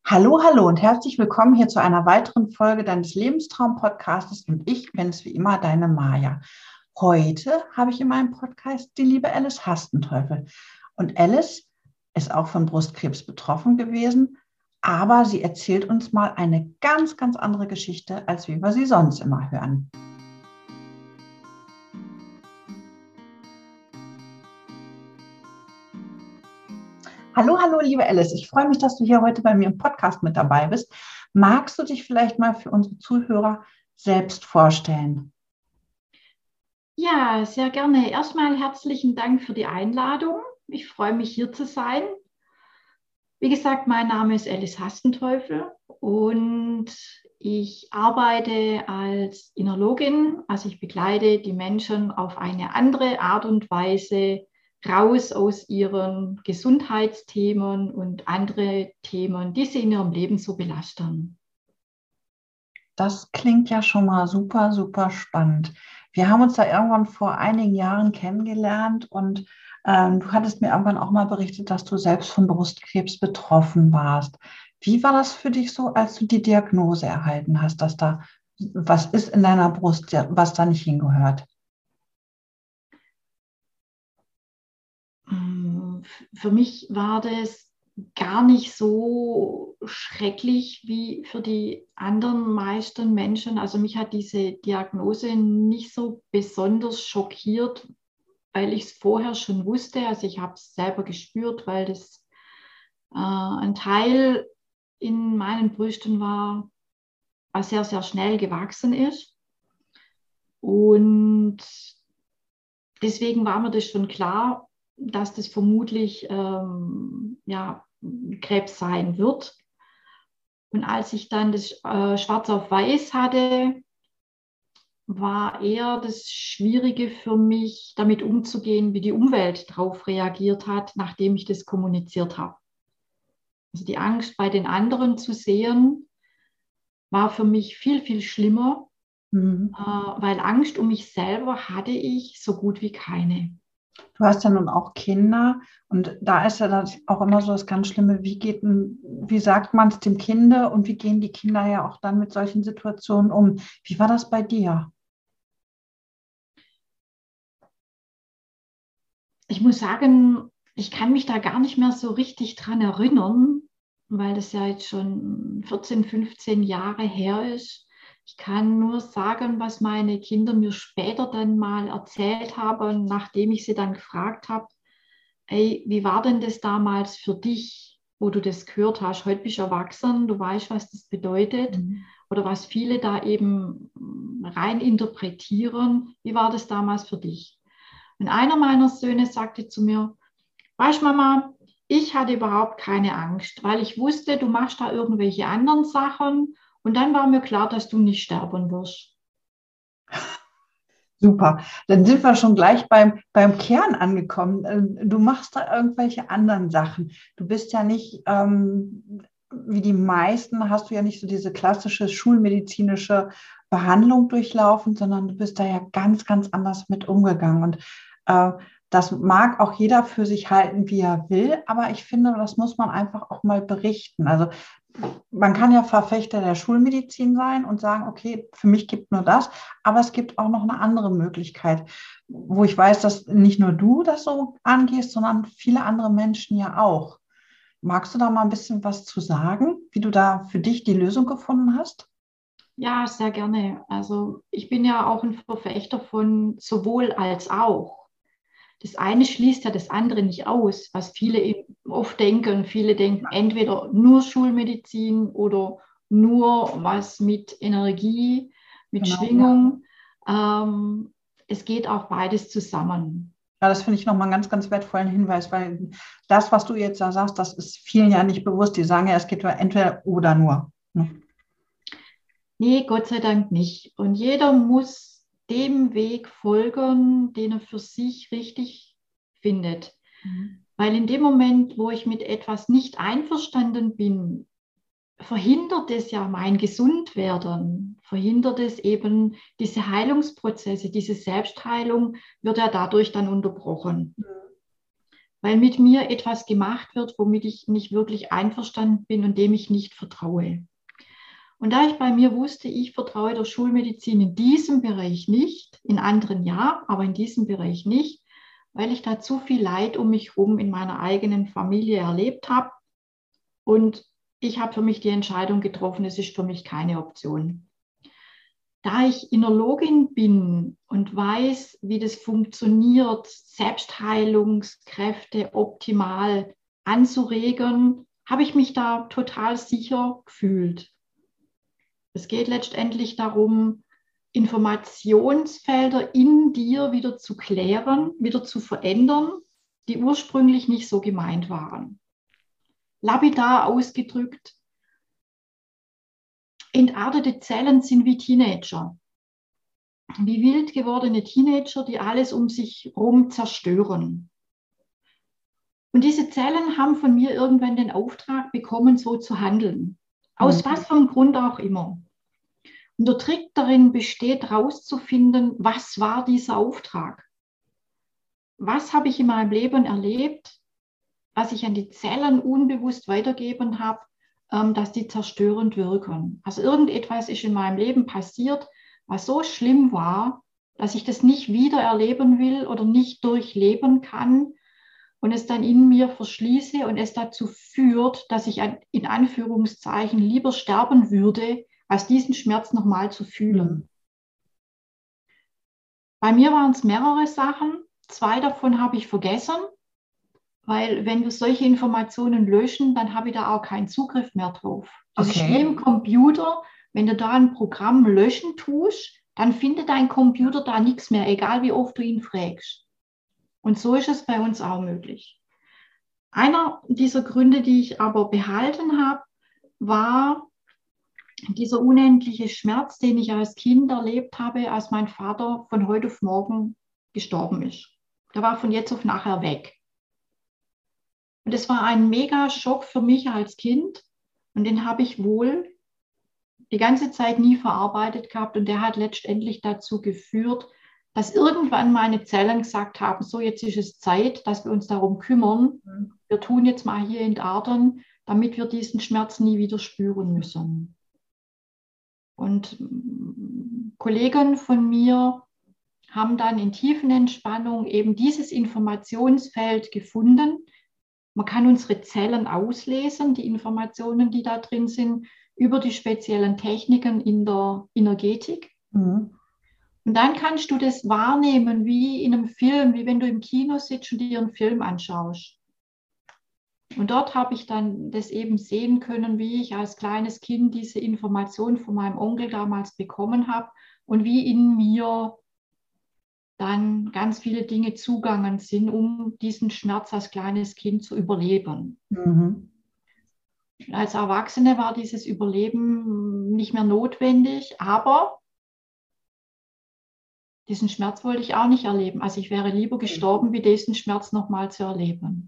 Hallo, hallo und herzlich willkommen hier zu einer weiteren Folge deines Lebenstraum-Podcastes und ich bin es wie immer, deine Maja. Heute habe ich in meinem Podcast die liebe Alice Hastenteufel. Und Alice ist auch von Brustkrebs betroffen gewesen, aber sie erzählt uns mal eine ganz, ganz andere Geschichte, als wie wir sie sonst immer hören. Hallo, hallo, liebe Alice. Ich freue mich, dass du hier heute bei mir im Podcast mit dabei bist. Magst du dich vielleicht mal für unsere Zuhörer selbst vorstellen? Ja, sehr gerne. Erstmal herzlichen Dank für die Einladung. Ich freue mich, hier zu sein. Wie gesagt, mein Name ist Alice Hastenteufel und ich arbeite als Innerlogin. Also ich begleite die Menschen auf eine andere Art und Weise raus aus ihren Gesundheitsthemen und andere Themen, die sie in ihrem Leben so belasten. Das klingt ja schon mal super, super spannend. Wir haben uns da irgendwann vor einigen Jahren kennengelernt und du hattest mir irgendwann auch mal berichtet, dass du selbst von Brustkrebs betroffen warst. Wie war das für dich so, als du die Diagnose erhalten hast, dass da was ist in deiner Brust, was da nicht hingehört? Für mich war das gar nicht so schrecklich wie für die anderen meisten Menschen. Also mich hat diese Diagnose nicht so besonders schockiert, weil ich es vorher schon wusste. Also ich habe es selber gespürt, weil das ein Teil in meinen Brüsten war, was sehr, sehr schnell gewachsen ist. Und deswegen war mir das schon klar, dass das vermutlich ja, Krebs sein wird. Und als ich dann das Schwarz auf Weiß hatte, war eher das Schwierige für mich, damit umzugehen, wie die Umwelt darauf reagiert hat, nachdem ich das kommuniziert habe. Also die Angst bei den anderen zu sehen, war für mich viel, viel schlimmer, Mhm. weil Angst um mich selber hatte ich so gut wie keine. Du hast ja nun auch Kinder und da ist ja das auch immer so das ganz Schlimme, wie sagt man es dem Kinder und wie gehen die Kinder ja auch dann mit solchen Situationen um? Wie war das bei dir? Ich muss sagen, ich kann mich da gar nicht mehr so richtig dran erinnern, weil das ja jetzt schon 14, 15 Jahre her ist. Ich kann nur sagen, was meine Kinder mir später dann mal erzählt haben, nachdem ich sie dann gefragt habe, ey, wie war denn das damals für dich, wo du das gehört hast? Heute bist du erwachsen, du weißt, was das bedeutet Mhm. oder was viele da eben rein interpretieren. Wie war das damals für dich? Und einer meiner Söhne sagte zu mir, weißt Mama, ich hatte überhaupt keine Angst, weil ich wusste, du machst da irgendwelche anderen Sachen und dann war mir klar, dass du nicht sterben wirst. Super, dann sind wir schon gleich beim Kern angekommen. Du machst da irgendwelche anderen Sachen. Du bist ja nicht, wie die meisten, hast du ja nicht so diese klassische schulmedizinische Behandlung durchlaufen, sondern du bist da ja ganz, ganz anders mit umgegangen. Und äh, das mag auch jeder für sich halten, wie er will, aber ich finde, das muss man einfach auch mal berichten. Also man kann ja Verfechter der Schulmedizin sein und sagen, okay, für mich gibt nur das, aber es gibt auch noch eine andere Möglichkeit, wo ich weiß, dass nicht nur du das so angehst, sondern viele andere Menschen ja auch. Magst du da mal ein bisschen was zu sagen, wie du da für dich die Lösung gefunden hast? Ja, sehr gerne. Also ich bin ja auch ein Verfechter von sowohl als auch. Das eine schließt ja das andere nicht aus, was viele eben oft denken. Viele denken entweder nur Schulmedizin oder nur was mit Energie, mit Genau, ja. Schwingung. Ähm, Es geht auch beides zusammen. Ja, das finde ich nochmal einen ganz, ganz wertvollen Hinweis, weil das, was du jetzt da sagst, das ist vielen ja nicht bewusst. Die sagen ja, es geht ja entweder oder nur. Ne? Nee, Gott sei Dank nicht. Und jeder muss dem Weg folgen, den er für sich richtig findet. Mhm. Weil in dem Moment, wo ich mit etwas nicht einverstanden bin, verhindert es ja mein Gesundwerden, verhindert es eben diese Heilungsprozesse, diese Selbstheilung wird ja dadurch dann unterbrochen. weil mit mir etwas gemacht wird, womit ich nicht wirklich einverstanden bin und dem ich nicht vertraue. Und da ich bei mir wusste, ich vertraue der Schulmedizin in diesem Bereich nicht, in anderen ja, aber in diesem Bereich nicht, weil ich da zu viel Leid um mich herum in meiner eigenen Familie erlebt habe. Und ich habe für mich die Entscheidung getroffen, es ist für mich keine Option. Da ich Innerlogin bin und weiß, wie das funktioniert, Selbstheilungskräfte optimal anzuregen, habe ich mich da total sicher gefühlt. Es geht letztendlich darum, Informationsfelder in dir wieder zu klären, wieder zu verändern, die ursprünglich nicht so gemeint waren. Lapidar ausgedrückt, entartete Zellen sind wie Teenager. Wie wild gewordene Teenager, die alles um sich herum zerstören. Und diese Zellen haben von mir irgendwann den Auftrag bekommen, so zu handeln. Aus was für einem Grund auch immer. Und der Trick darin besteht, herauszufinden, was war dieser Auftrag? Was habe ich in meinem Leben erlebt, was ich an die Zellen unbewusst weitergeben habe, dass die zerstörend wirken? Also irgendetwas ist in meinem Leben passiert, was so schlimm war, dass ich das nicht wieder erleben will oder nicht durchleben kann und es dann in mir verschließe und es dazu führt, dass ich in Anführungszeichen lieber sterben würde, als diesen Schmerz nochmal zu fühlen. Bei mir waren es mehrere Sachen. 2 davon habe ich vergessen, weil wenn wir solche Informationen löschen, dann habe ich da auch keinen Zugriff mehr drauf. Das ist wie im Computer, wenn du da ein Programm löschen tust, dann findet dein Computer da nichts mehr, egal wie oft du ihn fragst. Und so ist es bei uns auch möglich. Einer dieser Gründe, die ich aber behalten habe, war dieser unendliche Schmerz, den ich als Kind erlebt habe, als mein Vater von heute auf morgen gestorben ist. Der war von jetzt auf nachher weg. Und es war ein mega Schock für mich als Kind und den habe ich wohl die ganze Zeit nie verarbeitet gehabt und der hat letztendlich dazu geführt, dass irgendwann meine Zellen gesagt haben, so jetzt ist es Zeit, dass wir uns darum kümmern. Wir tun jetzt mal hier entarten, damit wir diesen Schmerz nie wieder spüren müssen. Und Kollegen von mir haben dann in Tiefenentspannung eben dieses Informationsfeld gefunden. Man kann unsere Zellen auslesen, die Informationen, die da drin sind, über die speziellen Techniken in der Energetik. Und dann kannst du das wahrnehmen wie in einem Film, wie wenn du im Kino sitzt und dir einen Film anschaust. Und dort habe ich dann das eben sehen können, wie ich als kleines Kind diese Information von meinem Onkel damals bekommen habe und wie in mir dann ganz viele Dinge zugangen sind, um diesen Schmerz als kleines Kind zu überleben. Als Erwachsene war dieses Überleben nicht mehr notwendig, aber diesen Schmerz wollte ich auch nicht erleben. Also ich wäre lieber gestorben, wie diesen Schmerz nochmal zu erleben.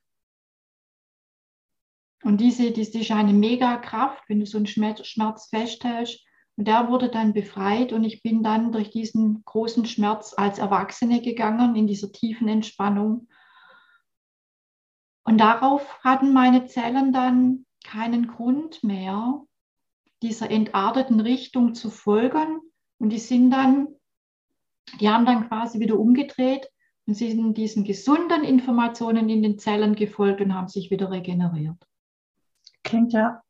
Und diese ist eine Mega-Kraft, wenn du so einen Schmerz festhältst. Und der wurde dann befreit und ich bin dann durch diesen großen Schmerz als Erwachsene gegangen, in dieser tiefen Entspannung. Und darauf hatten meine Zellen dann keinen Grund mehr, dieser entarteten Richtung zu folgen. Und die haben dann quasi wieder umgedreht und sind diesen gesunden Informationen in den Zellen gefolgt und haben sich wieder regeneriert. Klingt ja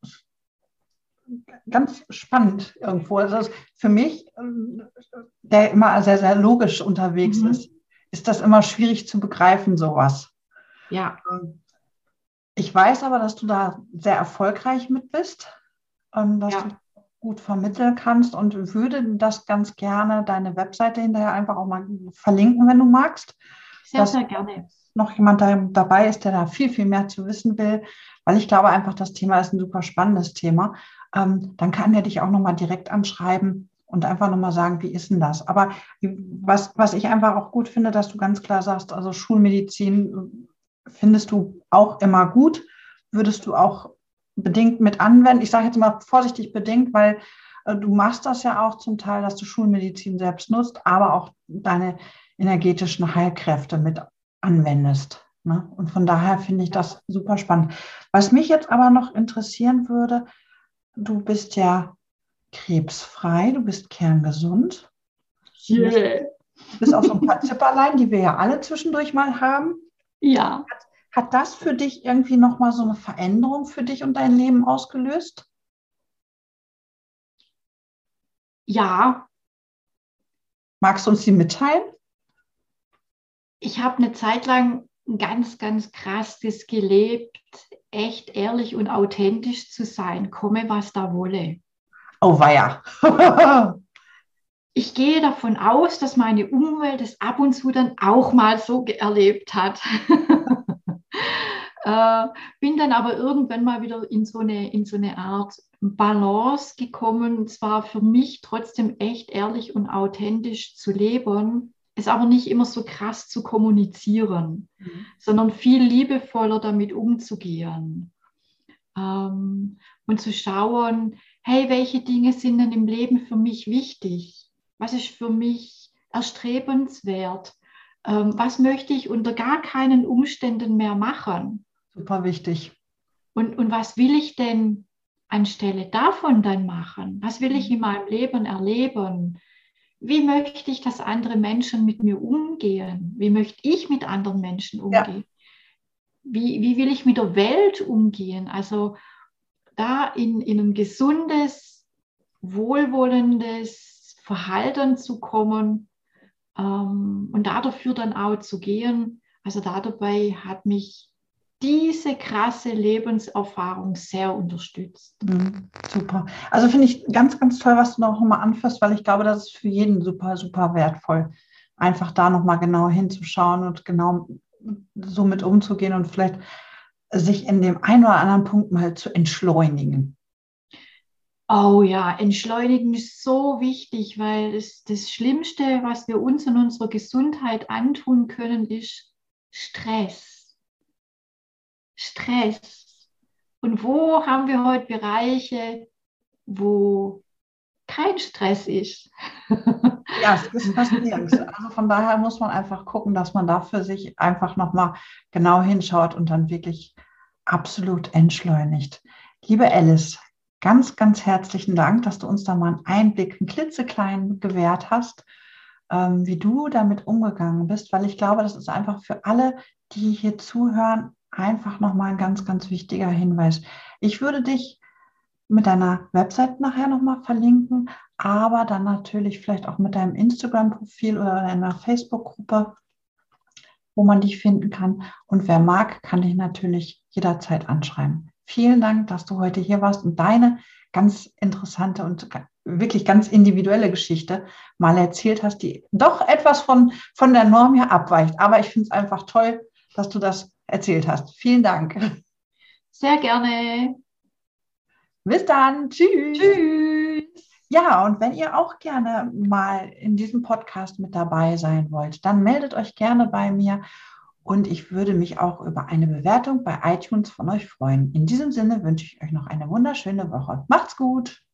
ganz spannend irgendwo. Also für mich, der immer sehr, sehr logisch unterwegs ist das immer schwierig zu begreifen, sowas. Ja. Ich weiß aber, dass du da sehr erfolgreich mit bist, dass du gut vermitteln kannst und würde das ganz gerne, deine Webseite hinterher einfach auch mal verlinken, wenn du magst. Sehr, sehr gerne. Noch jemand dabei ist, der da viel, viel mehr zu wissen will, weil ich glaube einfach, das Thema ist ein super spannendes Thema. Dann kann der dich auch nochmal direkt anschreiben und einfach nochmal sagen, wie ist denn das? Aber was ich einfach auch gut finde, dass du ganz klar sagst, also Schulmedizin findest du auch immer gut, würdest du auch bedingt mit anwenden. Ich sage jetzt mal vorsichtig bedingt, weil du machst das ja auch zum Teil, dass du Schulmedizin selbst nutzt, aber auch deine energetischen Heilkräfte mit anwendest. Ne? Und von daher finde ich das super spannend. Was mich jetzt aber noch interessieren würde, du bist ja krebsfrei, du bist kerngesund, bis, Yeah. bis auf so ein paar Zipperlein, die wir ja alle zwischendurch mal haben. Ja, Hat das für dich irgendwie nochmal so eine Veränderung für dich und dein Leben ausgelöst? ja, Magst du uns die mitteilen? ich habe eine Zeit lang ganz, ganz krass das gelebt, echt ehrlich und authentisch zu sein, komme was da wolle. Oh, weia. Ich gehe davon aus, dass meine Umwelt es ab und zu dann auch mal so erlebt hat. äh, bin dann aber irgendwann mal wieder in so eine Art Balance gekommen, zwar für mich trotzdem echt ehrlich und authentisch zu leben, es aber nicht immer so krass zu kommunizieren, sondern viel liebevoller damit umzugehen. Und zu schauen, hey, welche Dinge sind denn im Leben für mich wichtig? Was ist für mich erstrebenswert? Was möchte ich unter gar keinen Umständen mehr machen? Super wichtig. Und was will ich denn anstelle davon dann machen? Was will ich in meinem Leben erleben? Wie möchte ich, dass andere Menschen mit mir umgehen? Wie möchte ich mit anderen Menschen Ja, umgehen? Wie will ich mit der Welt umgehen? Also da in ein gesundes, wohlwollendes Verhalten zu kommen und da dafür dann auch zu gehen. Also da dabei hat mich diese krasse Lebenserfahrung sehr unterstützt. super. Also finde ich ganz, ganz toll, was du noch mal anfasst, weil ich glaube, das ist für jeden super, super wertvoll, einfach da noch mal genau hinzuschauen und genau so mit umzugehen und vielleicht sich in dem einen oder anderen Punkt mal zu entschleunigen. Oh ja, entschleunigen ist so wichtig, weil das Schlimmste, was wir uns und unserer Gesundheit antun können, ist Stress. Stress. Und wo haben wir heute Bereiche, wo kein Stress ist? Ja, es ist fast nirgends. Also von daher muss man einfach gucken, dass man da für sich einfach nochmal genau hinschaut und dann wirklich absolut entschleunigt. Liebe Alice, ganz, ganz herzlichen Dank, dass du uns da mal einen Einblick, einen klitzekleinen gewährt hast, wie du damit umgegangen bist, weil ich glaube, das ist einfach für alle, die hier zuhören, einfach nochmal ein ganz, ganz wichtiger Hinweis. Ich würde dich mit deiner Website nachher nochmal verlinken, aber dann natürlich vielleicht auch mit deinem Instagram-Profil oder deiner Facebook-Gruppe, wo man dich finden kann. Und wer mag, kann dich natürlich jederzeit anschreiben. Vielen Dank, dass du heute hier warst und deine ganz interessante und wirklich ganz individuelle Geschichte mal erzählt hast, die doch etwas von der Norm her abweicht. Aber ich finde es einfach toll, dass du das erzählt hast. Vielen Dank. Sehr gerne. Bis dann. Tschüss. Tschüss. Ja, und wenn ihr auch gerne mal in diesem Podcast mit dabei sein wollt, dann meldet euch gerne bei mir und ich würde mich auch über eine Bewertung bei iTunes von euch freuen. In diesem Sinne wünsche ich euch noch eine wunderschöne Woche. Macht's gut!